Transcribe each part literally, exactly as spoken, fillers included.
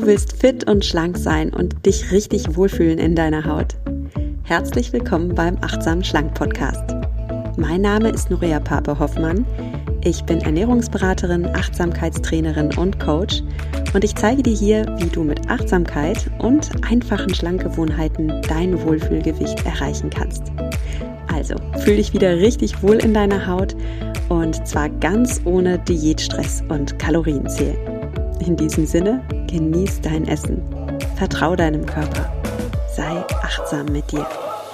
Du willst fit und schlank sein und dich richtig wohlfühlen in deiner Haut. Herzlich willkommen beim Achtsam Schlank Podcast. Mein Name ist Nuria Pape-Hoffmann. Ich bin Ernährungsberaterin, Achtsamkeitstrainerin und Coach und ich zeige dir hier, wie du mit Achtsamkeit und einfachen Schlankgewohnheiten dein Wohlfühlgewicht erreichen kannst. Also, fühl dich wieder richtig wohl in deiner Haut und zwar ganz ohne Diätstress und Kalorienzählen. In diesem Sinne, genieß dein Essen, vertrau deinem Körper, sei achtsam mit dir.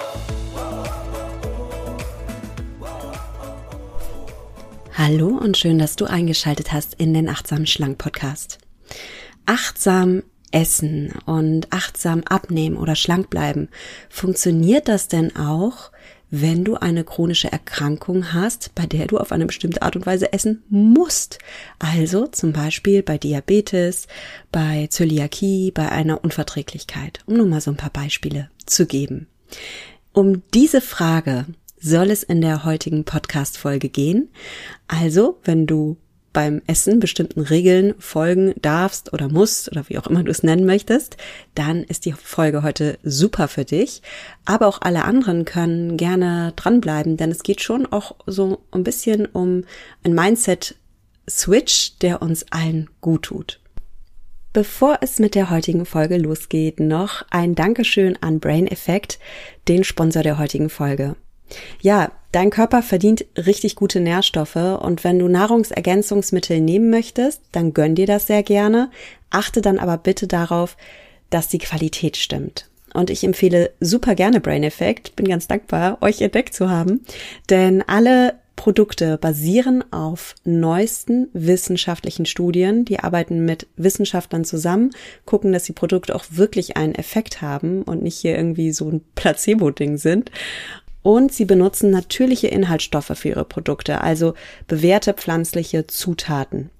Hallo und schön, dass du eingeschaltet hast in den Achtsam Schlank Podcast. Achtsam essen und achtsam abnehmen oder schlank bleiben. Funktioniert das denn auch, wenn du eine chronische Erkrankung hast, bei der du auf eine bestimmte Art und Weise essen musst? Also zum Beispiel bei Diabetes, bei Zöliakie, bei einer Unverträglichkeit, um nur mal so ein paar Beispiele zu geben. Um diese Frage soll es in der heutigen Podcast-Folge gehen. Also, wenn du beim Essen bestimmten Regeln folgen darfst oder musst oder wie auch immer du es nennen möchtest, dann ist die Folge heute super für dich. Aber auch alle anderen können gerne dranbleiben, denn es geht schon auch so ein bisschen um ein Mindset-Switch, der uns allen gut tut. Bevor es mit der heutigen Folge losgeht, noch ein Dankeschön an Brain Effect, den Sponsor der heutigen Folge. Ja, dein Körper verdient richtig gute Nährstoffe und wenn du Nahrungsergänzungsmittel nehmen möchtest, dann gönn dir das sehr gerne. Achte dann aber bitte darauf, dass die Qualität stimmt. Und ich empfehle super gerne Brain Effect, bin ganz dankbar, euch entdeckt zu haben, denn alle Produkte basieren auf neuesten wissenschaftlichen Studien. Die arbeiten mit Wissenschaftlern zusammen, gucken, dass die Produkte auch wirklich einen Effekt haben und nicht hier irgendwie so ein Placebo-Ding sind. Und sie benutzen natürliche Inhaltsstoffe für ihre Produkte, also bewährte pflanzliche Zutaten.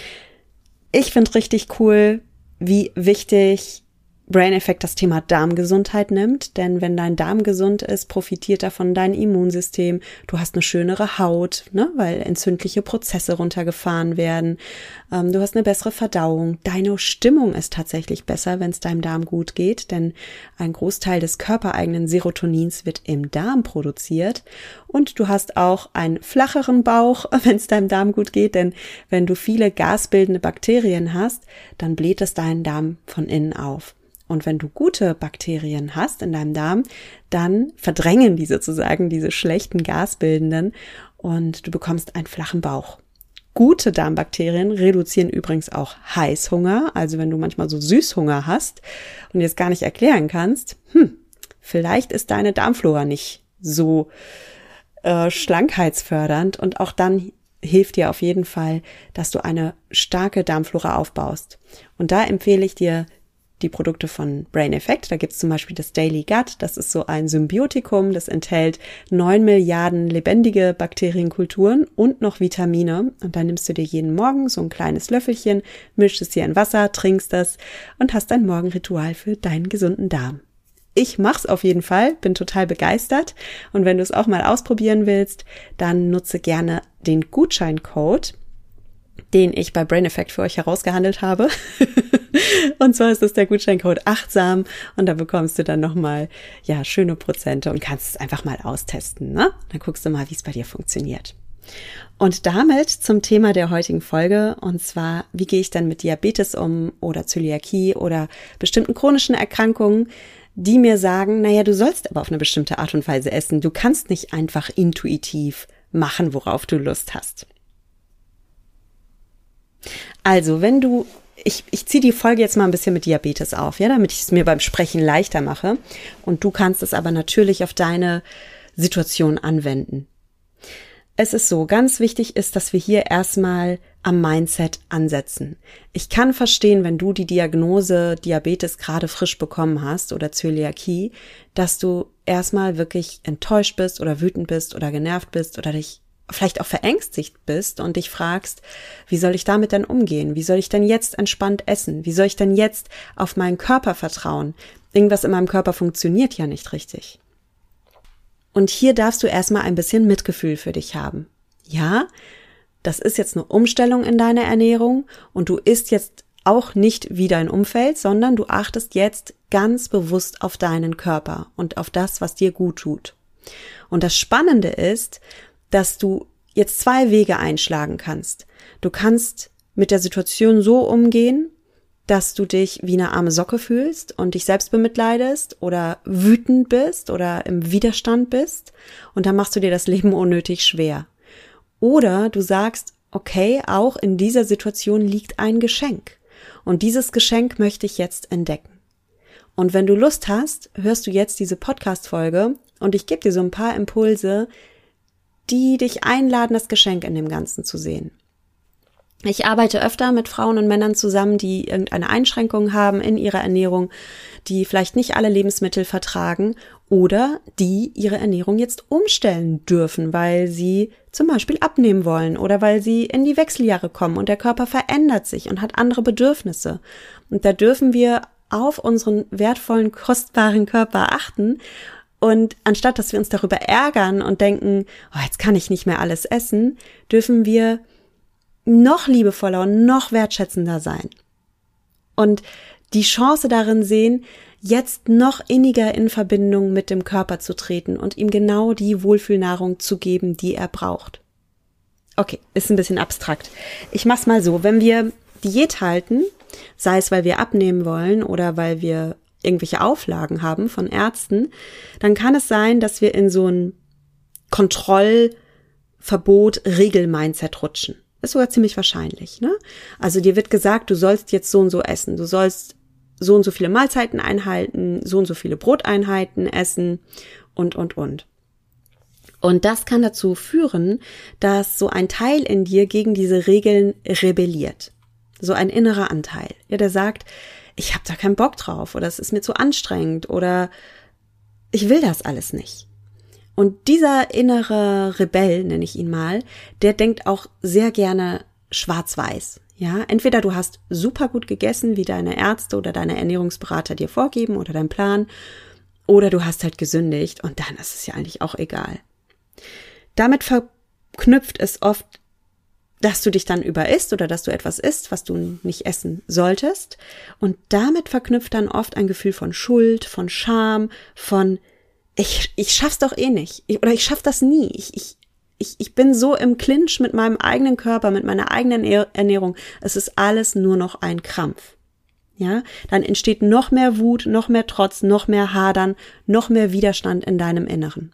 Ich finde richtig cool, wie wichtig Brain Effect das Thema Darmgesundheit nimmt, denn wenn dein Darm gesund ist, profitiert davon dein Immunsystem. Du hast eine schönere Haut, ne, weil entzündliche Prozesse runtergefahren werden. Ähm, du hast eine bessere Verdauung. Deine Stimmung ist tatsächlich besser, wenn es deinem Darm gut geht, denn ein Großteil des körpereigenen Serotonins wird im Darm produziert. Und du hast auch einen flacheren Bauch, wenn es deinem Darm gut geht, denn wenn du viele gasbildende Bakterien hast, dann bläht es deinen Darm von innen auf. Und wenn du gute Bakterien hast in deinem Darm, dann verdrängen die sozusagen diese schlechten gasbildenden und du bekommst einen flachen Bauch. Gute Darmbakterien reduzieren übrigens auch Heißhunger, also wenn du manchmal so Süßhunger hast und jetzt gar nicht erklären kannst, hm, vielleicht ist deine Darmflora nicht so äh, schlankheitsfördernd und auch dann hilft dir auf jeden Fall, dass du eine starke Darmflora aufbaust. Und da empfehle ich dir die Produkte von Brain Effect. Da gibt's zum Beispiel das Daily Gut. Das ist so ein Symbiotikum. Das enthält neun Milliarden lebendige Bakterienkulturen und noch Vitamine. Und dann nimmst du dir jeden Morgen so ein kleines Löffelchen, mischst es hier in Wasser, trinkst das und hast ein Morgenritual für deinen gesunden Darm. Ich mach's auf jeden Fall, bin total begeistert. Und wenn du es auch mal ausprobieren willst, dann nutze gerne den Gutscheincode, den ich bei Brain Effect für euch herausgehandelt habe. Und zwar ist das der Gutscheincode achtsam und da bekommst du dann nochmal, ja, schöne Prozente und kannst es einfach mal austesten, ne? Dann guckst du mal, wie es bei dir funktioniert. Und damit zum Thema der heutigen Folge und zwar, wie gehe ich dann mit Diabetes um oder Zöliakie oder bestimmten chronischen Erkrankungen, die mir sagen, naja, du sollst aber auf eine bestimmte Art und Weise essen. Du kannst nicht einfach intuitiv machen, worauf du Lust hast. Also, wenn du, ich, ich ziehe die Folge jetzt mal ein bisschen mit Diabetes auf, ja, damit ich es mir beim Sprechen leichter mache. Und du kannst es aber natürlich auf deine Situation anwenden. Es ist so, ganz wichtig ist, dass wir hier erstmal am Mindset ansetzen. Ich kann verstehen, wenn du die Diagnose Diabetes gerade frisch bekommen hast oder Zöliakie, dass du erstmal wirklich enttäuscht bist oder wütend bist oder genervt bist oder dich vielleicht auch verängstigt bist und dich fragst, wie soll ich damit denn umgehen? Wie soll ich denn jetzt entspannt essen? Wie soll ich denn jetzt auf meinen Körper vertrauen? Irgendwas in meinem Körper funktioniert ja nicht richtig. Und hier darfst du erstmal ein bisschen Mitgefühl für dich haben. Ja, das ist jetzt eine Umstellung in deiner Ernährung und du isst jetzt auch nicht wie dein Umfeld, sondern du achtest jetzt ganz bewusst auf deinen Körper und auf das, was dir gut tut. Und das Spannende ist, dass du jetzt zwei Wege einschlagen kannst. Du kannst mit der Situation so umgehen, dass du dich wie eine arme Socke fühlst und dich selbst bemitleidest oder wütend bist oder im Widerstand bist und dann machst du dir das Leben unnötig schwer. Oder du sagst, okay, auch in dieser Situation liegt ein Geschenk und dieses Geschenk möchte ich jetzt entdecken. Und wenn du Lust hast, hörst du jetzt diese Podcast-Folge und ich gebe dir so ein paar Impulse, die dich einladen, das Geschenk in dem Ganzen zu sehen. Ich arbeite öfter mit Frauen und Männern zusammen, die irgendeine Einschränkung haben in ihrer Ernährung, die vielleicht nicht alle Lebensmittel vertragen oder die ihre Ernährung jetzt umstellen dürfen, weil sie zum Beispiel abnehmen wollen oder weil sie in die Wechseljahre kommen und der Körper verändert sich und hat andere Bedürfnisse. Und da dürfen wir auf unseren wertvollen, kostbaren Körper achten. Und anstatt, dass wir uns darüber ärgern und denken, oh, jetzt kann ich nicht mehr alles essen, dürfen wir noch liebevoller und noch wertschätzender sein. Und die Chance darin sehen, jetzt noch inniger in Verbindung mit dem Körper zu treten und ihm genau die Wohlfühlnahrung zu geben, die er braucht. Okay, ist ein bisschen abstrakt. Ich mach's mal so, wenn wir Diät halten, sei es, weil wir abnehmen wollen oder weil wir irgendwelche Auflagen haben von Ärzten, dann kann es sein, dass wir in so ein Kontrollverbot-Regel-Mindset rutschen. Ist sogar ziemlich wahrscheinlich, ne? Also dir wird gesagt, du sollst jetzt so und so essen, du sollst so und so viele Mahlzeiten einhalten, so und so viele Broteinheiten essen und, und, und. Und das kann dazu führen, dass so ein Teil in dir gegen diese Regeln rebelliert. So ein innerer Anteil, ja, der sagt, ich habe da keinen Bock drauf oder es ist mir zu anstrengend oder ich will das alles nicht. Und dieser innere Rebell, nenne ich ihn mal, der denkt auch sehr gerne schwarz-weiß. Ja, entweder du hast super gut gegessen, wie deine Ärzte oder deine Ernährungsberater dir vorgeben oder dein Plan, oder du hast halt gesündigt und dann ist es ja eigentlich auch egal. Damit verknüpft es oft, dass du dich dann überisst oder dass du etwas isst, was du nicht essen solltest. Und damit verknüpft dann oft ein Gefühl von Schuld, von Scham, von ich ich schaff's doch eh nicht ich, oder ich schaff das nie. Ich ich ich ich bin so im Clinch mit meinem eigenen Körper, mit meiner eigenen Ernährung. Es ist alles nur noch ein Krampf. Ja, dann entsteht noch mehr Wut, noch mehr Trotz, noch mehr Hadern, noch mehr Widerstand in deinem Inneren.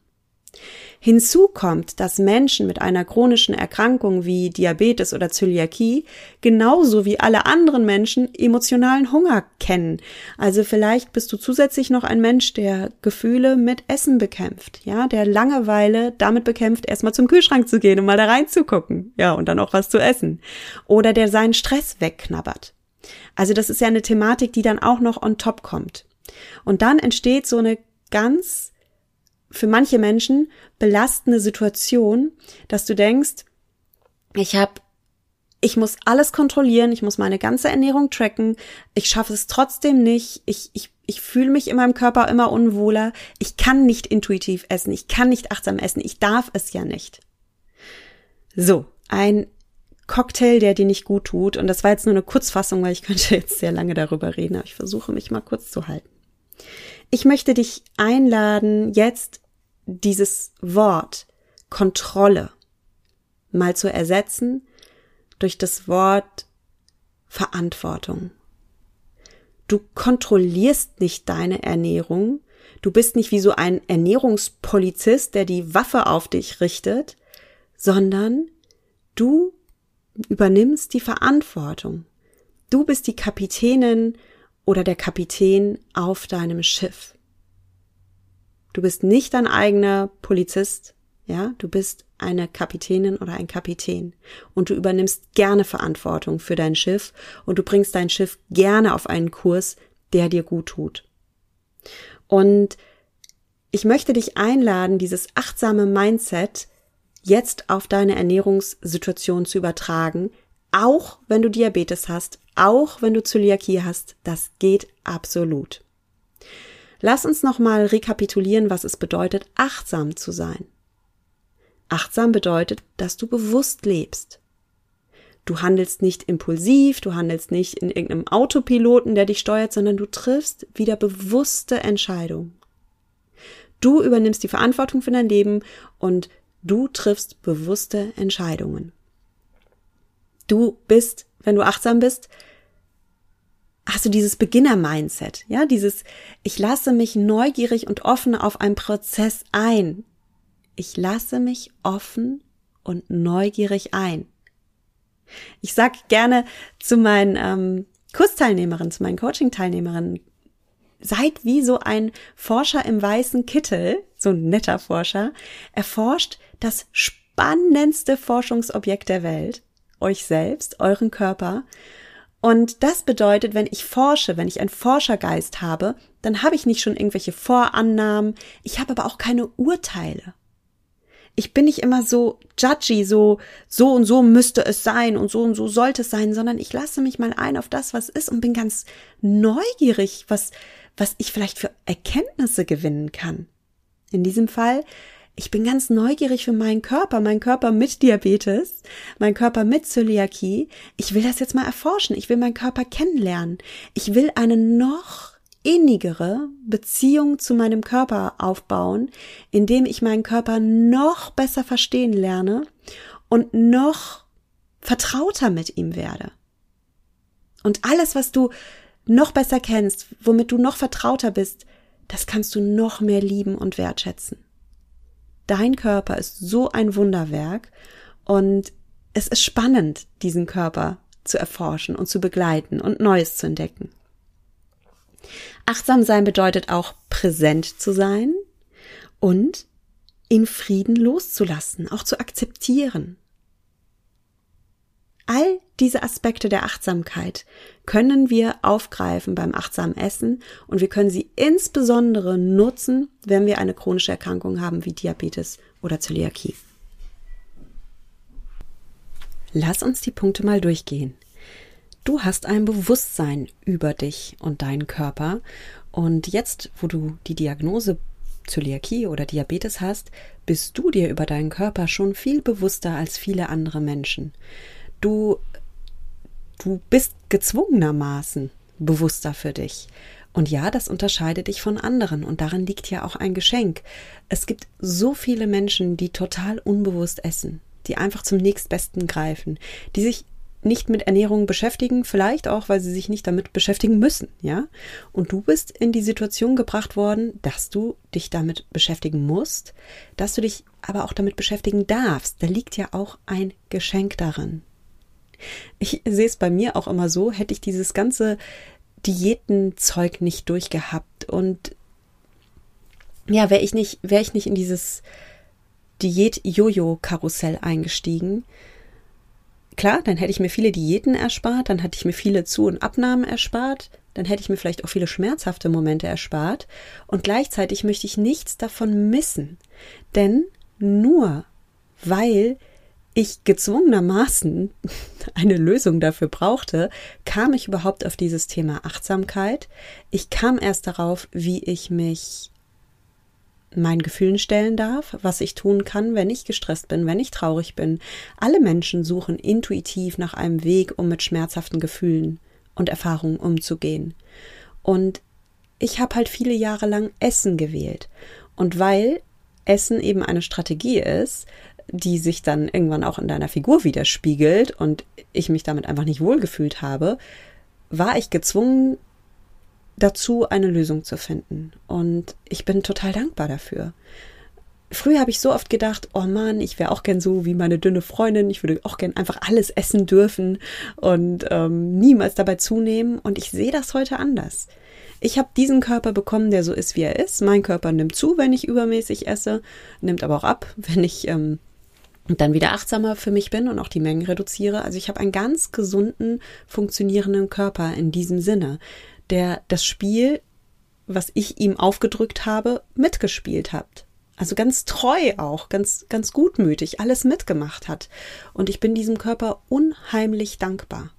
Hinzu kommt, dass Menschen mit einer chronischen Erkrankung wie Diabetes oder Zöliakie genauso wie alle anderen Menschen emotionalen Hunger kennen. Also vielleicht bist du zusätzlich noch ein Mensch, der Gefühle mit Essen bekämpft, ja, der Langeweile damit bekämpft, erstmal zum Kühlschrank zu gehen und mal da reinzugucken, ja, und dann auch was zu essen. Oder der seinen Stress wegknabbert. Also das ist ja eine Thematik, die dann auch noch on top kommt. Und dann entsteht so eine ganz für manche Menschen belastende Situation, dass du denkst, ich habe, ich muss alles kontrollieren, ich muss meine ganze Ernährung tracken, ich schaffe es trotzdem nicht, ich ich ich fühle mich in meinem Körper immer unwohler, ich kann nicht intuitiv essen, ich kann nicht achtsam essen, ich darf es ja nicht. So, ein Cocktail, der dir nicht gut tut, und das war jetzt nur eine Kurzfassung, weil ich könnte jetzt sehr lange darüber reden, aber ich versuche mich mal kurz zu halten. Ich möchte dich einladen, jetzt dieses Wort Kontrolle mal zu ersetzen durch das Wort Verantwortung. Du kontrollierst nicht deine Ernährung, du bist nicht wie so ein Ernährungspolizist, der die Waffe auf dich richtet, sondern du übernimmst die Verantwortung. Du bist die Kapitänin oder der Kapitän auf deinem Schiff. Du bist nicht dein eigener Polizist, ja, du bist eine Kapitänin oder ein Kapitän und du übernimmst gerne Verantwortung für dein Schiff und du bringst dein Schiff gerne auf einen Kurs, der dir gut tut. Und ich möchte dich einladen, dieses achtsame Mindset jetzt auf deine Ernährungssituation zu übertragen, auch wenn du Diabetes hast, auch wenn du Zöliakie hast, das geht absolut. Lass uns nochmal rekapitulieren, was es bedeutet, achtsam zu sein. Achtsam bedeutet, dass du bewusst lebst. Du handelst nicht impulsiv, du handelst nicht in irgendeinem Autopiloten, der dich steuert, sondern du triffst wieder bewusste Entscheidungen. Du übernimmst die Verantwortung für dein Leben und du triffst bewusste Entscheidungen. Du bist, wenn du achtsam bist, hast du dieses Beginner-Mindset, ja, dieses, ich lasse mich neugierig und offen auf einen Prozess ein. Ich lasse mich offen und neugierig ein. Ich sage gerne zu meinen ähm, Kursteilnehmerinnen, zu meinen Coaching-Teilnehmerinnen, seid wie so ein Forscher im weißen Kittel, so ein netter Forscher, erforscht das spannendste Forschungsobjekt der Welt, euch selbst, euren Körper. Und das bedeutet, wenn ich forsche, wenn ich einen Forschergeist habe, dann habe ich nicht schon irgendwelche Vorannahmen, ich habe aber auch keine Urteile. Ich bin nicht immer so judgy, so, so und so müsste es sein und so und so sollte es sein, sondern ich lasse mich mal ein auf das, was ist und bin ganz neugierig, was, was ich vielleicht für Erkenntnisse gewinnen kann. In diesem Fall, ich bin ganz neugierig für meinen Körper, meinen Körper mit Diabetes, meinen Körper mit Zöliakie. Ich will das jetzt mal erforschen, ich will meinen Körper kennenlernen. Ich will eine noch innigere Beziehung zu meinem Körper aufbauen, indem ich meinen Körper noch besser verstehen lerne und noch vertrauter mit ihm werde. Und alles, was du noch besser kennst, womit du noch vertrauter bist, das kannst du noch mehr lieben und wertschätzen. Dein Körper ist so ein Wunderwerk und es ist spannend, diesen Körper zu erforschen und zu begleiten und Neues zu entdecken. Achtsam sein bedeutet auch präsent zu sein und in Frieden loszulassen, auch zu akzeptieren. All diese Aspekte der Achtsamkeit können wir aufgreifen beim achtsamen Essen und wir können sie insbesondere nutzen, wenn wir eine chronische Erkrankung haben wie Diabetes oder Zöliakie. Lass uns die Punkte mal durchgehen. Du hast ein Bewusstsein über dich und deinen Körper und jetzt, wo du die Diagnose Zöliakie oder Diabetes hast, bist du dir über deinen Körper schon viel bewusster als viele andere Menschen. Du, du bist gezwungenermaßen bewusster für dich. Und ja, das unterscheidet dich von anderen und darin liegt ja auch ein Geschenk. Es gibt so viele Menschen, die total unbewusst essen, die einfach zum nächstbesten greifen, die sich nicht mit Ernährung beschäftigen, vielleicht auch, weil sie sich nicht damit beschäftigen müssen, ja? Und du bist in die Situation gebracht worden, dass du dich damit beschäftigen musst, dass du dich aber auch damit beschäftigen darfst. Da liegt ja auch ein Geschenk darin. Ich sehe es bei mir auch immer so, hätte ich dieses ganze Diätenzeug nicht durchgehabt und ja, wäre ich nicht, wäre ich nicht in dieses Diät-Jojo-Karussell eingestiegen. Klar, dann hätte ich mir viele Diäten erspart, dann hätte ich mir viele Zu- und Abnahmen erspart, dann hätte ich mir vielleicht auch viele schmerzhafte Momente erspart und gleichzeitig möchte ich nichts davon missen, denn nur weil ich gezwungenermaßen eine Lösung dafür brauchte, kam ich überhaupt auf dieses Thema Achtsamkeit. Ich kam erst darauf, wie ich mich meinen Gefühlen stellen darf, was ich tun kann, wenn ich gestresst bin, wenn ich traurig bin. Alle Menschen suchen intuitiv nach einem Weg, um mit schmerzhaften Gefühlen und Erfahrungen umzugehen. Und ich habe halt viele Jahre lang Essen gewählt. Und weil Essen eben eine Strategie ist, die sich dann irgendwann auch in deiner Figur widerspiegelt und ich mich damit einfach nicht wohlgefühlt habe, war ich gezwungen dazu, eine Lösung zu finden. Und ich bin total dankbar dafür. Früher habe ich so oft gedacht, oh Mann, ich wäre auch gern so wie meine dünne Freundin, ich würde auch gern einfach alles essen dürfen und ähm, niemals dabei zunehmen. Und ich sehe das heute anders. Ich habe diesen Körper bekommen, der so ist, wie er ist. Mein Körper nimmt zu, wenn ich übermäßig esse, nimmt aber auch ab, wenn ich ähm, dann wieder achtsamer für mich bin und auch die Mengen reduziere. Also ich habe einen ganz gesunden, funktionierenden Körper in diesem Sinne, der das Spiel, was ich ihm aufgedrückt habe, mitgespielt hat. Also ganz treu auch, ganz, ganz gutmütig, alles mitgemacht hat. Und ich bin diesem Körper unheimlich dankbar.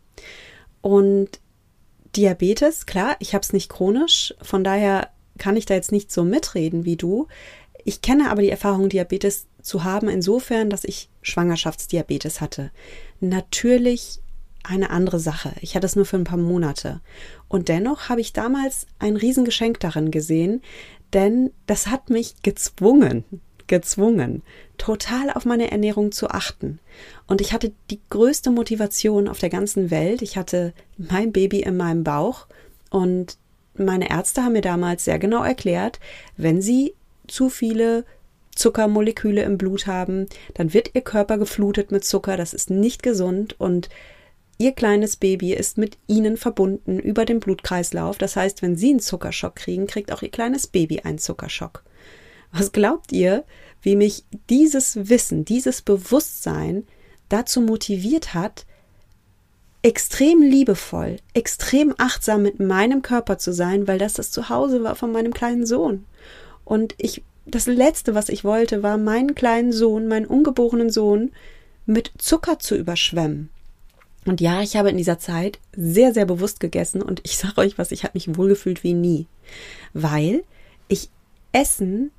Und Diabetes, klar, ich habe es nicht chronisch, von daher kann ich da jetzt nicht so mitreden wie du. Ich kenne aber die Erfahrung, Diabetes zu haben, insofern, dass ich Schwangerschaftsdiabetes hatte. natürlich eine andere Sache. Ich hatte es nur für ein paar Monate. Und dennoch habe ich damals ein Riesengeschenk darin gesehen, denn das hat mich gezwungen, gezwungen, total auf meine Ernährung zu achten. Und ich hatte die größte Motivation auf der ganzen Welt. Ich hatte mein Baby in meinem Bauch und meine Ärzte haben mir damals sehr genau erklärt, wenn sie zu viele Zuckermoleküle im Blut haben, dann wird ihr Körper geflutet mit Zucker. Das ist nicht gesund und ihr kleines Baby ist mit ihnen verbunden über den Blutkreislauf. Das heißt, wenn sie einen Zuckerschock kriegen, kriegt auch ihr kleines Baby einen Zuckerschock. Was glaubt ihr, wie mich dieses Wissen, dieses Bewusstsein dazu motiviert hat, extrem liebevoll, extrem achtsam mit meinem Körper zu sein, weil das das Zuhause war von meinem kleinen Sohn. Und ich, das Letzte, was ich wollte, war, meinen kleinen Sohn, meinen ungeborenen Sohn mit Zucker zu überschwemmen. Und ja, ich habe in dieser Zeit sehr, sehr bewusst gegessen und ich sage euch was, ich habe mich wohlgefühlt wie nie, weil ich Essen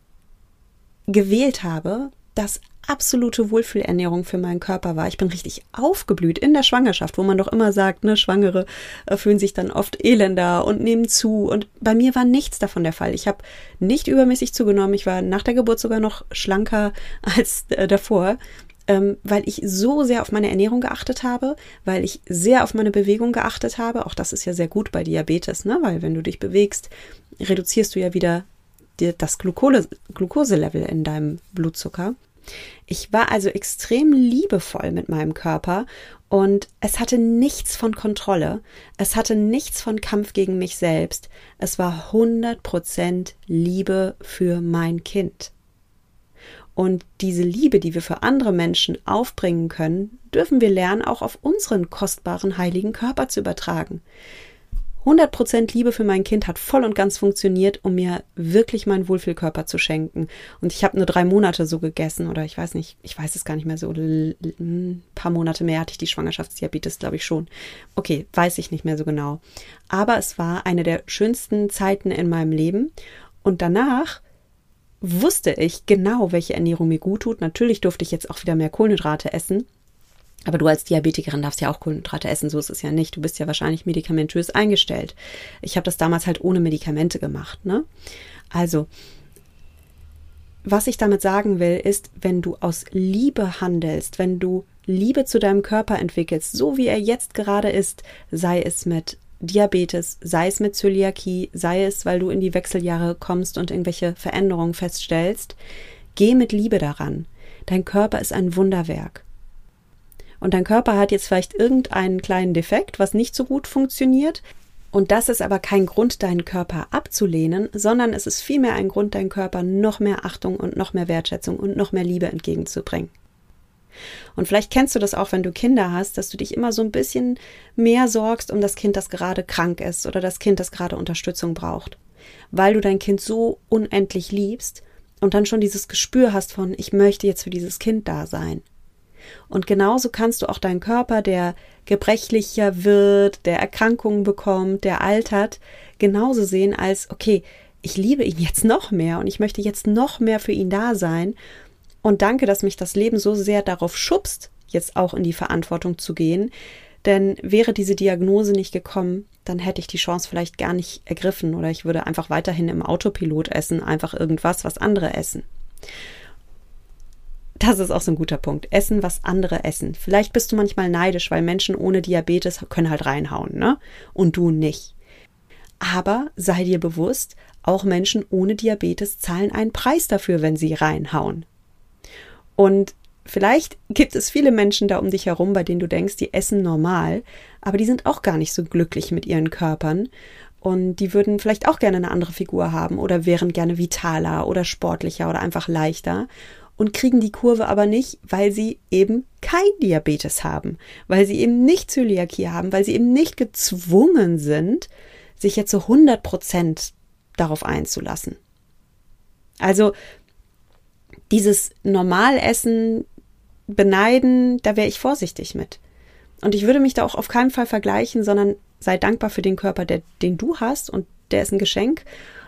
gewählt habe, das absolute Wohlfühlernährung für meinen Körper war. Ich bin richtig aufgeblüht in der Schwangerschaft, wo man doch immer sagt, ne, Schwangere äh, fühlen sich dann oft elender und nehmen zu. Und bei mir war nichts davon der Fall. Ich habe nicht übermäßig zugenommen. Ich war nach der Geburt sogar noch schlanker als äh, davor, ähm, weil ich so sehr auf meine Ernährung geachtet habe, weil ich sehr auf meine Bewegung geachtet habe. Auch das ist ja sehr gut bei Diabetes, ne? Weil wenn du dich bewegst, reduzierst du ja wieder die, das Glukose, Glukoselevel in deinem Blutzucker. Ich war also extrem liebevoll mit meinem Körper und es hatte nichts von Kontrolle, es hatte nichts von Kampf gegen mich selbst, es war hundert Prozent Liebe für mein Kind. Und diese Liebe, die wir für andere Menschen aufbringen können, dürfen wir lernen, auch auf unseren kostbaren, heiligen Körper zu übertragen. hundert Prozent Liebe für mein Kind hat voll und ganz funktioniert, um mir wirklich meinen Wohlfühlkörper zu schenken. Und ich habe nur drei Monate so gegessen oder ich weiß nicht, ich weiß es gar nicht mehr so, ein paar Monate mehr hatte ich die Schwangerschaftsdiabetes, glaube ich schon. Okay, weiß ich nicht mehr so genau. Aber es war eine der schönsten Zeiten in meinem Leben und danach wusste ich genau, welche Ernährung mir gut tut. Natürlich durfte ich jetzt auch wieder mehr Kohlenhydrate essen. Aber du als Diabetikerin darfst ja auch Kohlenhydrate essen, so ist es ja nicht. Du bist ja wahrscheinlich medikamentös eingestellt. Ich habe das damals halt ohne Medikamente gemacht, ne? Also, was ich damit sagen will, ist, wenn du aus Liebe handelst, wenn du Liebe zu deinem Körper entwickelst, so wie er jetzt gerade ist, sei es mit Diabetes, sei es mit Zöliakie, sei es, weil du in die Wechseljahre kommst und irgendwelche Veränderungen feststellst, geh mit Liebe daran. Dein Körper ist ein Wunderwerk. Und dein Körper hat jetzt vielleicht irgendeinen kleinen Defekt, was nicht so gut funktioniert. Und das ist aber kein Grund, deinen Körper abzulehnen, sondern es ist vielmehr ein Grund, deinem Körper noch mehr Achtung und noch mehr Wertschätzung und noch mehr Liebe entgegenzubringen. Und vielleicht kennst du das auch, wenn du Kinder hast, dass du dich immer so ein bisschen mehr sorgst um das Kind, das gerade krank ist oder das Kind, das gerade Unterstützung braucht. Weil du dein Kind so unendlich liebst und dann schon dieses Gespür hast von, ich möchte jetzt für dieses Kind da sein. Und genauso kannst du auch deinen Körper, der gebrechlicher wird, der Erkrankungen bekommt, der altert, genauso sehen als, okay, ich liebe ihn jetzt noch mehr und ich möchte jetzt noch mehr für ihn da sein. Und danke, dass mich das Leben so sehr darauf schubst, jetzt auch in die Verantwortung zu gehen. Denn wäre diese Diagnose nicht gekommen, dann hätte ich die Chance vielleicht gar nicht ergriffen oder ich würde einfach weiterhin im Autopilot essen, einfach irgendwas, was andere essen. Das ist auch so ein guter Punkt. Essen, was andere essen. Vielleicht bist du manchmal neidisch, weil Menschen ohne Diabetes können halt reinhauen, ne? Und du nicht. Aber sei dir bewusst, auch Menschen ohne Diabetes zahlen einen Preis dafür, wenn sie reinhauen. Und vielleicht gibt es viele Menschen da um dich herum, bei denen du denkst, die essen normal, aber die sind auch gar nicht so glücklich mit ihren Körpern. Und die würden vielleicht auch gerne eine andere Figur haben oder wären gerne vitaler oder sportlicher oder einfach leichter. Und kriegen die Kurve aber nicht, weil sie eben kein Diabetes haben, weil sie eben nicht Zöliakie haben, weil sie eben nicht gezwungen sind, sich jetzt zu hundert Prozent darauf einzulassen. Also dieses Normalessen, Beneiden, da wäre ich vorsichtig mit. Und ich würde mich da auch auf keinen Fall vergleichen, sondern sei dankbar für den Körper, der, den du hast und der ist ein Geschenk.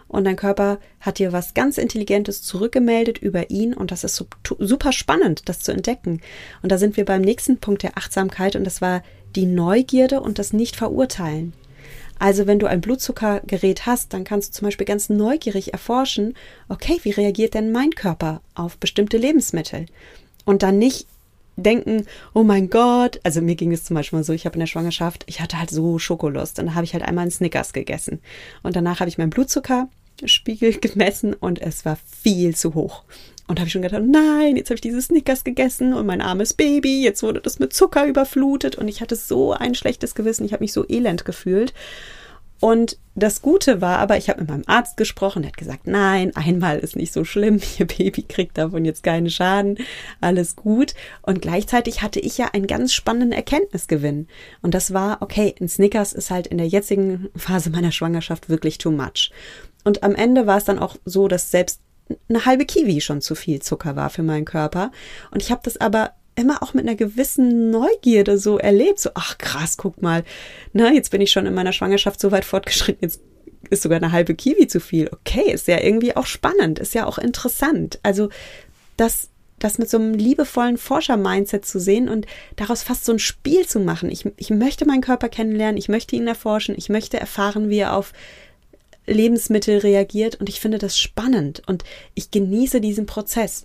und dein Körper hat dir was ganz Intelligentes zurückgemeldet über ihn und das ist so, super spannend, das zu entdecken. Und da sind wir beim nächsten Punkt der Achtsamkeit und das war die Neugierde und das Nicht-Verurteilen. Also wenn du ein Blutzuckergerät hast, dann kannst du zum Beispiel ganz neugierig erforschen, okay, wie reagiert denn mein Körper auf bestimmte Lebensmittel? Und dann nicht denken, oh mein Gott, also mir ging es zum Beispiel mal so, ich habe in der Schwangerschaft, ich hatte halt so Schokolust und dann habe ich halt einmal einen Snickers gegessen und danach habe ich meinen Blutzuckerspiegel gemessen und es war viel zu hoch. Und habe ich schon gedacht, nein, jetzt habe ich diese Snickers gegessen und mein armes Baby, jetzt wurde das mit Zucker überflutet und ich hatte so ein schlechtes Gewissen, ich habe mich so elend gefühlt. Und das Gute war aber, ich habe mit meinem Arzt gesprochen, der hat gesagt, nein, einmal ist nicht so schlimm, ihr Baby kriegt davon jetzt keinen Schaden, alles gut. Und gleichzeitig hatte ich ja einen ganz spannenden Erkenntnisgewinn. Und das war, okay, ein Snickers ist halt in der jetzigen Phase meiner Schwangerschaft wirklich too much. Und am Ende war es dann auch so, dass selbst eine halbe Kiwi schon zu viel Zucker war für meinen Körper. Und ich habe das aber immer auch mit einer gewissen Neugierde so erlebt. So, ach krass, guck mal, na, jetzt bin ich schon in meiner Schwangerschaft so weit fortgeschritten, jetzt ist sogar eine halbe Kiwi zu viel. Okay, ist ja irgendwie auch spannend, ist ja auch interessant. Also das, das mit so einem liebevollen Forscher-Mindset zu sehen und daraus fast so ein Spiel zu machen. Ich, ich möchte meinen Körper kennenlernen, ich möchte ihn erforschen, ich möchte erfahren, wie er auf Lebensmittel reagiert und ich finde das spannend und ich genieße diesen Prozess.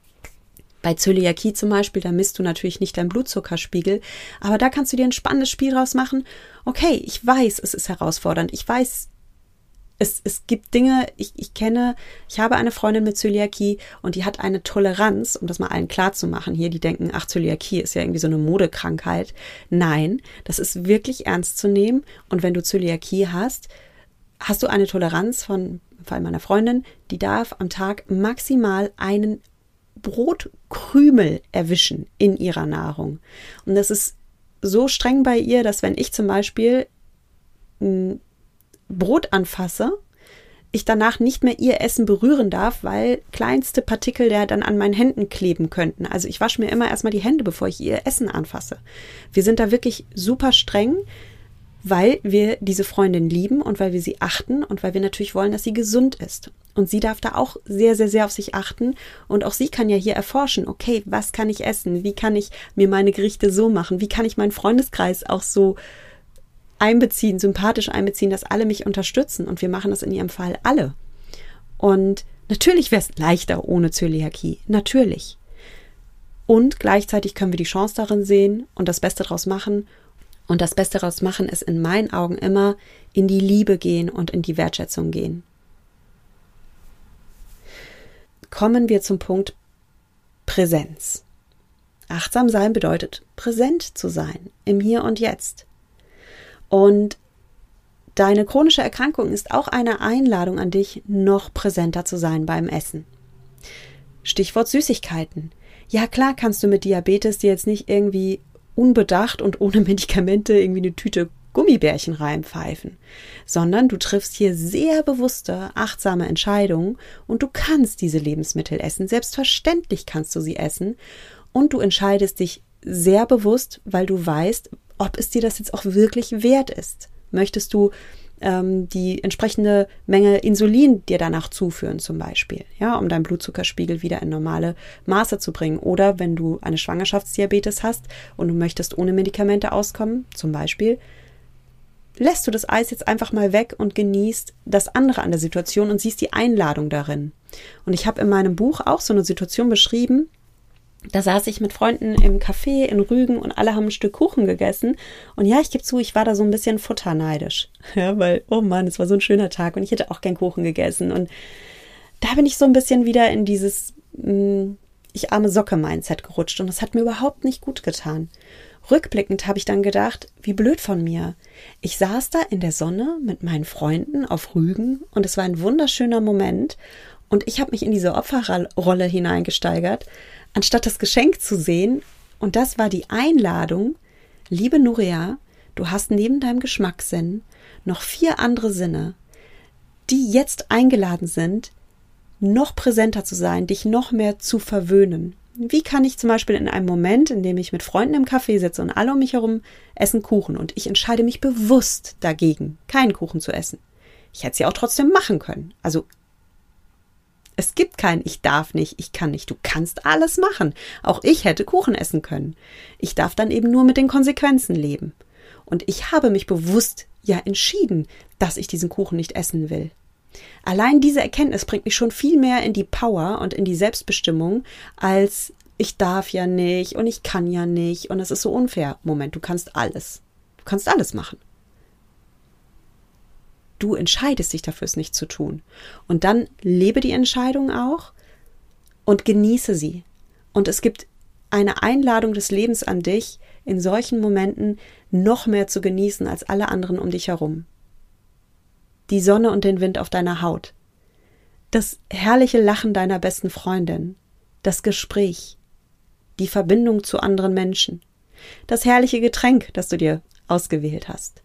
Bei Zöliakie zum Beispiel, da misst du natürlich nicht deinen Blutzuckerspiegel, aber da kannst du dir ein spannendes Spiel draus machen. Okay, ich weiß, es ist herausfordernd. Ich weiß, es, es gibt Dinge, ich, ich kenne, ich habe eine Freundin mit Zöliakie und die hat eine Toleranz, um das mal allen klar zu machen hier, die denken, ach, Zöliakie ist ja irgendwie so eine Modekrankheit. Nein, das ist wirklich ernst zu nehmen und wenn du Zöliakie hast, hast du eine Toleranz von, vor allem meiner Freundin, die darf am Tag maximal einen Brotkrümel erwischen in ihrer Nahrung. Und das ist so streng bei ihr, dass wenn ich zum Beispiel ein Brot anfasse, ich danach nicht mehr ihr Essen berühren darf, weil kleinste Partikel der dann an meinen Händen kleben könnten. Also ich wasche mir immer erstmal die Hände, bevor ich ihr Essen anfasse. Wir sind da wirklich super streng, weil wir diese Freundin lieben und weil wir sie achten und weil wir natürlich wollen, dass sie gesund ist. Und sie darf da auch sehr, sehr, sehr auf sich achten und auch sie kann ja hier erforschen, okay, was kann ich essen? Wie kann ich mir meine Gerichte so machen? Wie kann ich meinen Freundeskreis auch so einbeziehen, sympathisch einbeziehen, dass alle mich unterstützen? Und wir machen das in ihrem Fall alle. Und natürlich wäre es leichter ohne Zöliakie, natürlich. Und gleichzeitig können wir die Chance darin sehen und das Beste draus machen. Und das Beste daraus machen ist in meinen Augen immer in die Liebe gehen und in die Wertschätzung gehen. Kommen wir zum Punkt Präsenz. Achtsam sein bedeutet, präsent zu sein, im Hier und Jetzt. Und deine chronische Erkrankung ist auch eine Einladung an dich, noch präsenter zu sein beim Essen. Stichwort Süßigkeiten. Ja, klar kannst du mit Diabetes dir jetzt nicht irgendwie unbedacht und ohne Medikamente irgendwie eine Tüte Gummibärchen reinpfeifen, sondern du triffst hier sehr bewusste, achtsame Entscheidungen und du kannst diese Lebensmittel essen. Selbstverständlich kannst du sie essen und du entscheidest dich sehr bewusst, weil du weißt, ob es dir das jetzt auch wirklich wert ist. Möchtest du ähm, die entsprechende Menge Insulin dir danach zuführen zum Beispiel, ja, um deinen Blutzuckerspiegel wieder in normale Maße zu bringen. Oder wenn du eine Schwangerschaftsdiabetes hast und du möchtest ohne Medikamente auskommen, zum Beispiel, lässt du das Eis jetzt einfach mal weg und genießt das andere an der Situation und siehst die Einladung darin. Und ich habe in meinem Buch auch so eine Situation beschrieben, da saß ich mit Freunden im Café in Rügen und alle haben ein Stück Kuchen gegessen. Und ja, ich gebe zu, ich war da so ein bisschen futterneidisch. Ja, weil, oh Mann, es war so ein schöner Tag und ich hätte auch gern Kuchen gegessen. Und da bin ich so ein bisschen wieder in dieses mh, ich arme Socke-Mindset gerutscht. Und das hat mir überhaupt nicht gut getan. Rückblickend habe ich dann gedacht, wie blöd von mir. Ich saß da in der Sonne mit meinen Freunden auf Rügen und es war ein wunderschöner Moment. Und ich habe mich in diese Opferrolle hineingesteigert, anstatt das Geschenk zu sehen. Und das war die Einladung, liebe Nuria, du hast neben deinem Geschmackssinn noch vier andere Sinne, die jetzt eingeladen sind, noch präsenter zu sein, dich noch mehr zu verwöhnen. Wie kann ich zum Beispiel in einem Moment, in dem ich mit Freunden im Café sitze und alle um mich herum essen Kuchen und ich entscheide mich bewusst dagegen, keinen Kuchen zu essen. Ich hätte sie auch trotzdem machen können. Also es gibt kein ich darf nicht, ich kann nicht. Du kannst alles machen. Auch ich hätte Kuchen essen können. Ich darf dann eben nur mit den Konsequenzen leben. Und ich habe mich bewusst ja entschieden, dass ich diesen Kuchen nicht essen will. Allein diese Erkenntnis bringt mich schon viel mehr in die Power und in die Selbstbestimmung, als ich darf ja nicht und ich kann ja nicht und es ist so unfair. Moment, du kannst alles. Du kannst alles machen. Du entscheidest dich dafür, es nicht zu tun. Und dann lebe die Entscheidung auch und genieße sie. Und es gibt eine Einladung des Lebens an dich, in solchen Momenten noch mehr zu genießen als alle anderen um dich herum. Die Sonne und den Wind auf deiner Haut, das herrliche Lachen deiner besten Freundin, das Gespräch, die Verbindung zu anderen Menschen, das herrliche Getränk, das du dir ausgewählt hast.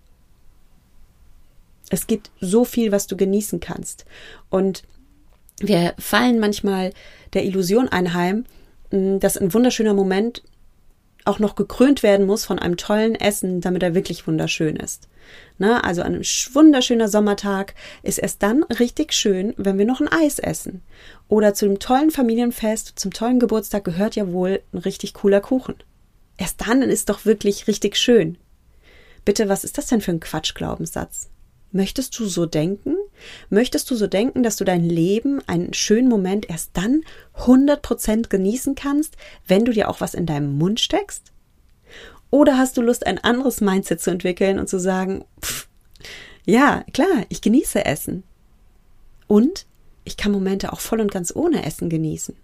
Es gibt so viel, was du genießen kannst. Und wir fallen manchmal der Illusion anheim, dass ein wunderschöner Moment auch noch gekrönt werden muss von einem tollen Essen, damit er wirklich wunderschön ist. Na, also ein wunderschöner Sommertag ist erst dann richtig schön, wenn wir noch ein Eis essen. Oder zu einem tollen Familienfest, zum tollen Geburtstag gehört ja wohl ein richtig cooler Kuchen. Erst dann ist doch wirklich richtig schön. Bitte, was ist das denn für ein Quatschglaubenssatz? Möchtest du so denken? Möchtest du so denken, dass du dein Leben, einen schönen Moment erst dann hundert Prozent genießen kannst, wenn du dir auch was in deinem Mund steckst? Oder hast du Lust, ein anderes Mindset zu entwickeln und zu sagen, pff, ja, klar, ich genieße Essen. Und ich kann Momente auch voll und ganz ohne Essen genießen.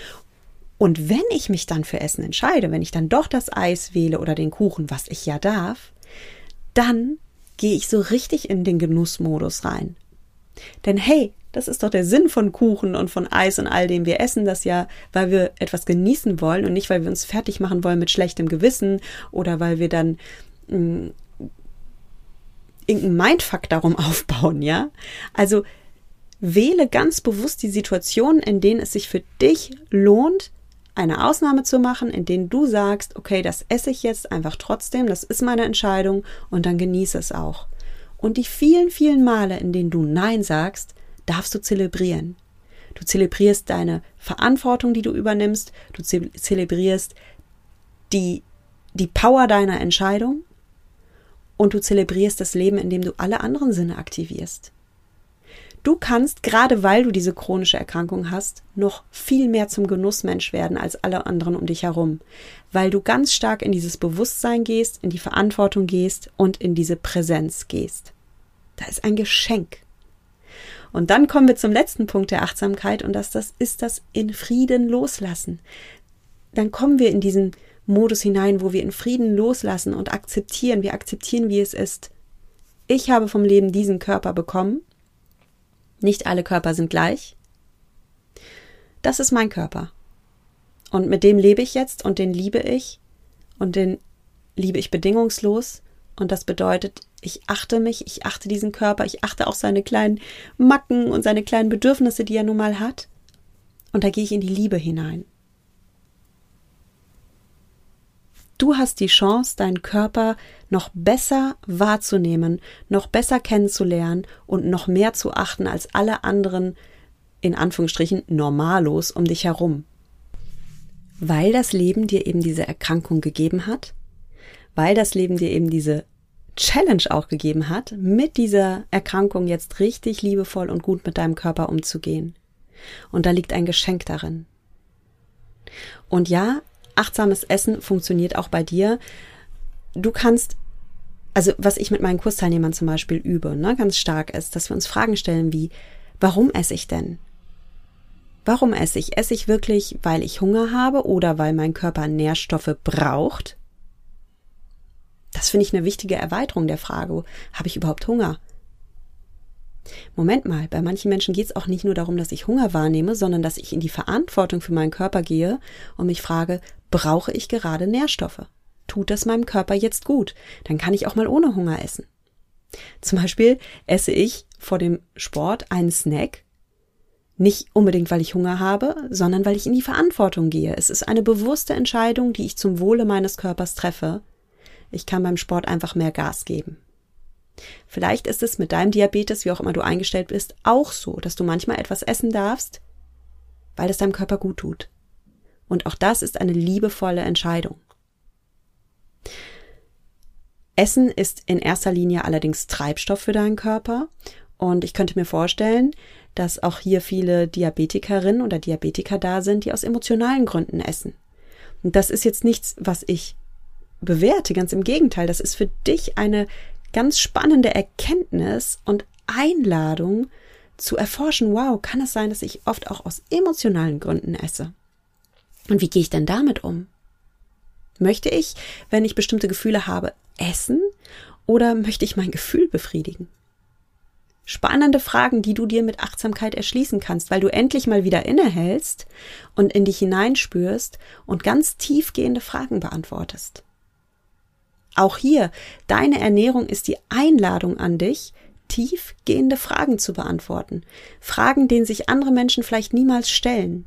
Und wenn ich mich dann für Essen entscheide, wenn ich dann doch das Eis wähle oder den Kuchen, was ich ja darf, dann gehe ich so richtig in den Genussmodus rein. Denn hey, das ist doch der Sinn von Kuchen und von Eis und all dem. Wir essen das ja, weil wir etwas genießen wollen und nicht, weil wir uns fertig machen wollen mit schlechtem Gewissen oder weil wir dann mh, irgendeinen Mindfuck darum aufbauen, ja? Also wähle ganz bewusst die Situationen, in denen es sich für dich lohnt, eine Ausnahme zu machen, in denen du sagst, okay, das esse ich jetzt einfach trotzdem, das ist meine Entscheidung und dann genieße es auch. Und die vielen, vielen Male, in denen du Nein sagst, darfst du zelebrieren. Du zelebrierst deine Verantwortung, die du übernimmst, du ze- zelebrierst die, die Power deiner Entscheidung und du zelebrierst das Leben, in dem du alle anderen Sinne aktivierst. Du kannst, gerade weil du diese chronische Erkrankung hast, noch viel mehr zum Genussmensch werden als alle anderen um dich herum, weil du ganz stark in dieses Bewusstsein gehst, in die Verantwortung gehst und in diese Präsenz gehst. Da ist ein Geschenk. Und dann kommen wir zum letzten Punkt der Achtsamkeit und das, das ist das in Frieden loslassen. Dann kommen wir in diesen Modus hinein, wo wir in Frieden loslassen und akzeptieren. Wir akzeptieren, wie es ist. Ich habe vom Leben diesen Körper bekommen. Nicht alle Körper sind gleich. Das ist mein Körper. Und mit dem lebe ich jetzt und den liebe ich und den liebe ich bedingungslos. Und das bedeutet, ich achte mich, ich achte diesen Körper, ich achte auch seine kleinen Macken und seine kleinen Bedürfnisse, die er nun mal hat. Und da gehe ich in die Liebe hinein. Du hast die Chance, deinen Körper noch besser wahrzunehmen, noch besser kennenzulernen und noch mehr zu achten als alle anderen, in Anführungsstrichen, Normalos um dich herum. Weil das Leben dir eben diese Erkrankung gegeben hat, weil das Leben dir eben diese Challenge auch gegeben hat, mit dieser Erkrankung jetzt richtig liebevoll und gut mit deinem Körper umzugehen. Und da liegt ein Geschenk darin. Und ja, achtsames Essen funktioniert auch bei dir. Du kannst, also was ich mit meinen Kursteilnehmern zum Beispiel übe, ne, ganz stark ist, dass wir uns Fragen stellen wie, warum esse ich denn? Warum esse ich? Esse ich wirklich, weil ich Hunger habe oder weil mein Körper Nährstoffe braucht? Das finde ich eine wichtige Erweiterung der Frage, habe ich überhaupt Hunger? Moment mal, bei manchen Menschen geht es auch nicht nur darum, dass ich Hunger wahrnehme, sondern dass ich in die Verantwortung für meinen Körper gehe und mich frage, brauche ich gerade Nährstoffe? Tut das meinem Körper jetzt gut? Dann kann ich auch mal ohne Hunger essen. Zum Beispiel esse ich vor dem Sport einen Snack, nicht unbedingt, weil ich Hunger habe, sondern weil ich in die Verantwortung gehe. Es ist eine bewusste Entscheidung, die ich zum Wohle meines Körpers treffe. Ich kann beim Sport einfach mehr Gas geben. Vielleicht ist es mit deinem Diabetes, wie auch immer du eingestellt bist, auch so, dass du manchmal etwas essen darfst, weil es deinem Körper gut tut. Und auch das ist eine liebevolle Entscheidung. Essen ist in erster Linie allerdings Treibstoff für deinen Körper. Und ich könnte mir vorstellen, dass auch hier viele Diabetikerinnen oder Diabetiker da sind, die aus emotionalen Gründen essen. Und das ist jetzt nichts, was ich bewerte, ganz im Gegenteil. Das ist für dich eine ganz spannende Erkenntnis und Einladung zu erforschen, wow, kann es sein, dass ich oft auch aus emotionalen Gründen esse? Und wie gehe ich denn damit um? Möchte ich, wenn ich bestimmte Gefühle habe, essen oder möchte ich mein Gefühl befriedigen? Spannende Fragen, die du dir mit Achtsamkeit erschließen kannst, weil du endlich mal wieder innehältst und in dich hineinspürst und ganz tiefgehende Fragen beantwortest. Auch hier, deine Ernährung ist die Einladung an dich, tiefgehende Fragen zu beantworten. Fragen, denen sich andere Menschen vielleicht niemals stellen.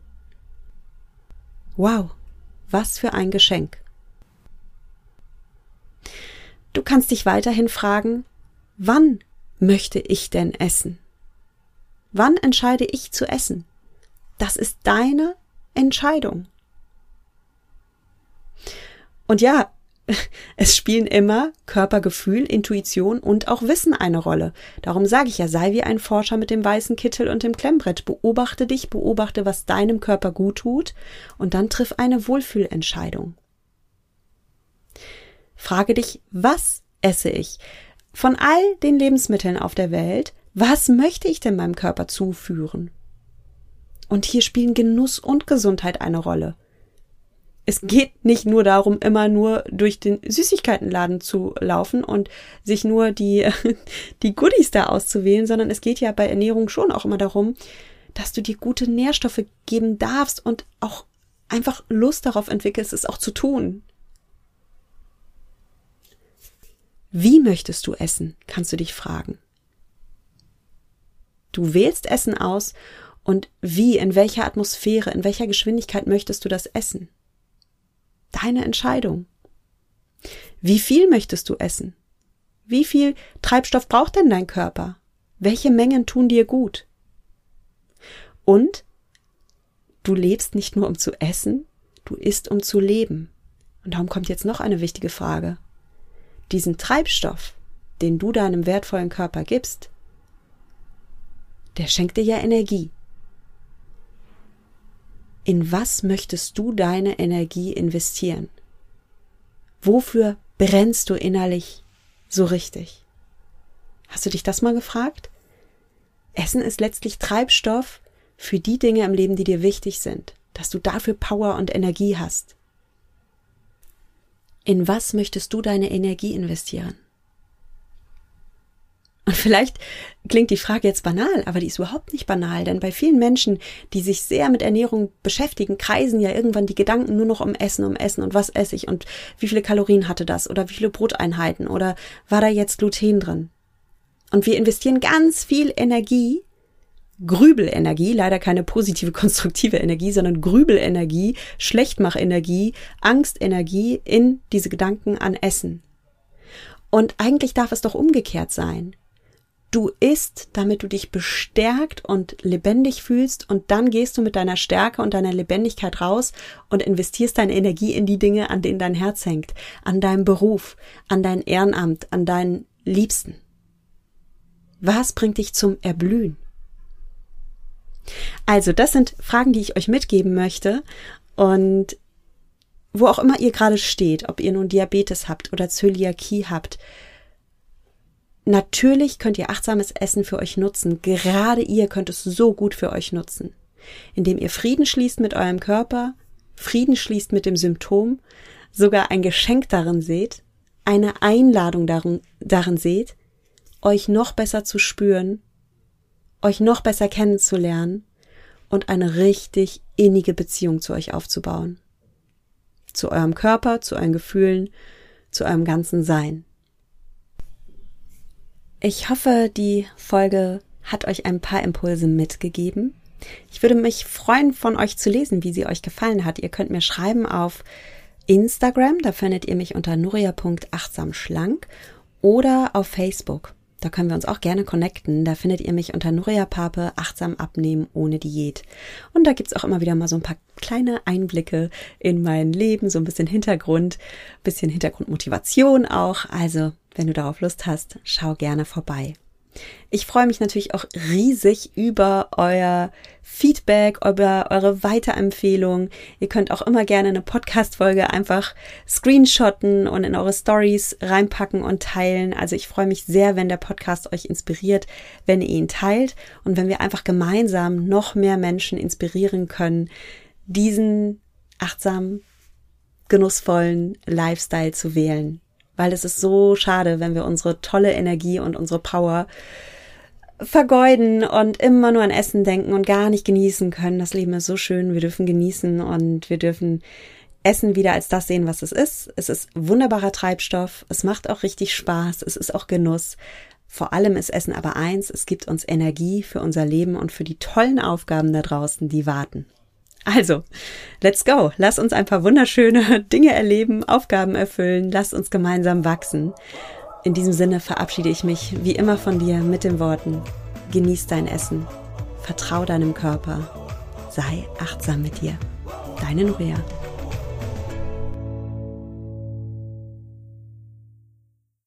Wow, was für ein Geschenk. Du kannst dich weiterhin fragen, wann möchte ich denn essen? Wann entscheide ich zu essen? Das ist deine Entscheidung. Und ja, es spielen immer Körpergefühl, Intuition und auch Wissen eine Rolle. Darum sage ich ja, sei wie ein Forscher mit dem weißen Kittel und dem Klemmbrett. Beobachte dich, beobachte, was deinem Körper gut tut und dann triff eine Wohlfühlentscheidung. Frage dich, was esse ich? Von all den Lebensmitteln auf der Welt, was möchte ich denn meinem Körper zuführen? Und hier spielen Genuss und Gesundheit eine Rolle. Es geht nicht nur darum, immer nur durch den Süßigkeitenladen zu laufen und sich nur die, die Goodies da auszuwählen, sondern es geht ja bei Ernährung schon auch immer darum, dass du dir gute Nährstoffe geben darfst und auch einfach Lust darauf entwickelst, es auch zu tun. Wie möchtest du essen, kannst du dich fragen. Du wählst Essen aus und wie, in welcher Atmosphäre, in welcher Geschwindigkeit möchtest du das essen? Deine Entscheidung. Wie viel möchtest du essen? Wie viel Treibstoff braucht denn dein Körper? Welche Mengen tun dir gut? Und du lebst nicht nur um zu essen, du isst um zu leben. Und darum kommt jetzt noch eine wichtige Frage. Diesen Treibstoff, den du deinem wertvollen Körper gibst, der schenkt dir ja Energie. In was möchtest du deine Energie investieren? Wofür brennst du innerlich so richtig? Hast du dich das mal gefragt? Essen ist letztlich Treibstoff für die Dinge im Leben, die dir wichtig sind, dass du dafür Power und Energie hast. In was möchtest du deine Energie investieren? Und vielleicht klingt die Frage jetzt banal, aber die ist überhaupt nicht banal, denn bei vielen Menschen, die sich sehr mit Ernährung beschäftigen, kreisen ja irgendwann die Gedanken nur noch um Essen, um Essen und was esse ich und wie viele Kalorien hatte das oder wie viele Broteinheiten oder war da jetzt Gluten drin? Und wir investieren ganz viel Energie, Grübelenergie, leider keine positive, konstruktive Energie, sondern Grübelenergie, Schlechtmachenergie, Angstenergie in diese Gedanken an Essen. Und eigentlich darf es doch umgekehrt sein. Du isst, damit du dich bestärkt und lebendig fühlst und dann gehst du mit deiner Stärke und deiner Lebendigkeit raus und investierst deine Energie in die Dinge, an denen dein Herz hängt, an deinem Beruf, an dein Ehrenamt, an deinen Liebsten. Was bringt dich zum Erblühen? Also, das sind Fragen, die ich euch mitgeben möchte und wo auch immer ihr gerade steht, ob ihr nun Diabetes habt oder Zöliakie habt, natürlich könnt ihr achtsames Essen für euch nutzen. Gerade ihr könnt es so gut für euch nutzen, indem ihr Frieden schließt mit eurem Körper, Frieden schließt mit dem Symptom, sogar ein Geschenk darin seht, eine Einladung darin, darin seht, euch noch besser zu spüren, euch noch besser kennenzulernen und eine richtig innige Beziehung zu euch aufzubauen. Zu eurem Körper, zu euren Gefühlen, zu eurem ganzen Sein. Ich hoffe, die Folge hat euch ein paar Impulse mitgegeben. Ich würde mich freuen, von euch zu lesen, wie sie euch gefallen hat. Ihr könnt mir schreiben auf Instagram, da findet ihr mich unter nuria punkt achtsamschlank oder auf Facebook. Da können wir uns auch gerne connecten. Da findet ihr mich unter Nuria Pape, achtsam abnehmen ohne Diät. Und da gibt's auch immer wieder mal so ein paar kleine Einblicke in mein Leben, so ein bisschen Hintergrund, bisschen Hintergrundmotivation auch. Also, wenn du darauf Lust hast, schau gerne vorbei. Ich freue mich natürlich auch riesig über euer Feedback, über eure Weiterempfehlung. Ihr könnt auch immer gerne eine Podcast-Folge einfach screenshotten und in eure Stories reinpacken und teilen. Also ich freue mich sehr, wenn der Podcast euch inspiriert, wenn ihr ihn teilt und wenn wir einfach gemeinsam noch mehr Menschen inspirieren können, diesen achtsamen, genussvollen Lifestyle zu wählen. Weil es ist so schade, wenn wir unsere tolle Energie und unsere Power vergeuden und immer nur an Essen denken und gar nicht genießen können. Das Leben ist so schön, wir dürfen genießen und wir dürfen Essen wieder als das sehen, was es ist. Es ist wunderbarer Treibstoff, es macht auch richtig Spaß, es ist auch Genuss. Vor allem ist Essen aber eins, es gibt uns Energie für unser Leben und für die tollen Aufgaben da draußen, die warten. Also, let's go. Lass uns ein paar wunderschöne Dinge erleben, Aufgaben erfüllen. Lass uns gemeinsam wachsen. In diesem Sinne verabschiede ich mich wie immer von dir mit den Worten: Genieß dein Essen, vertrau deinem Körper, sei achtsam mit dir. Deine Nuria.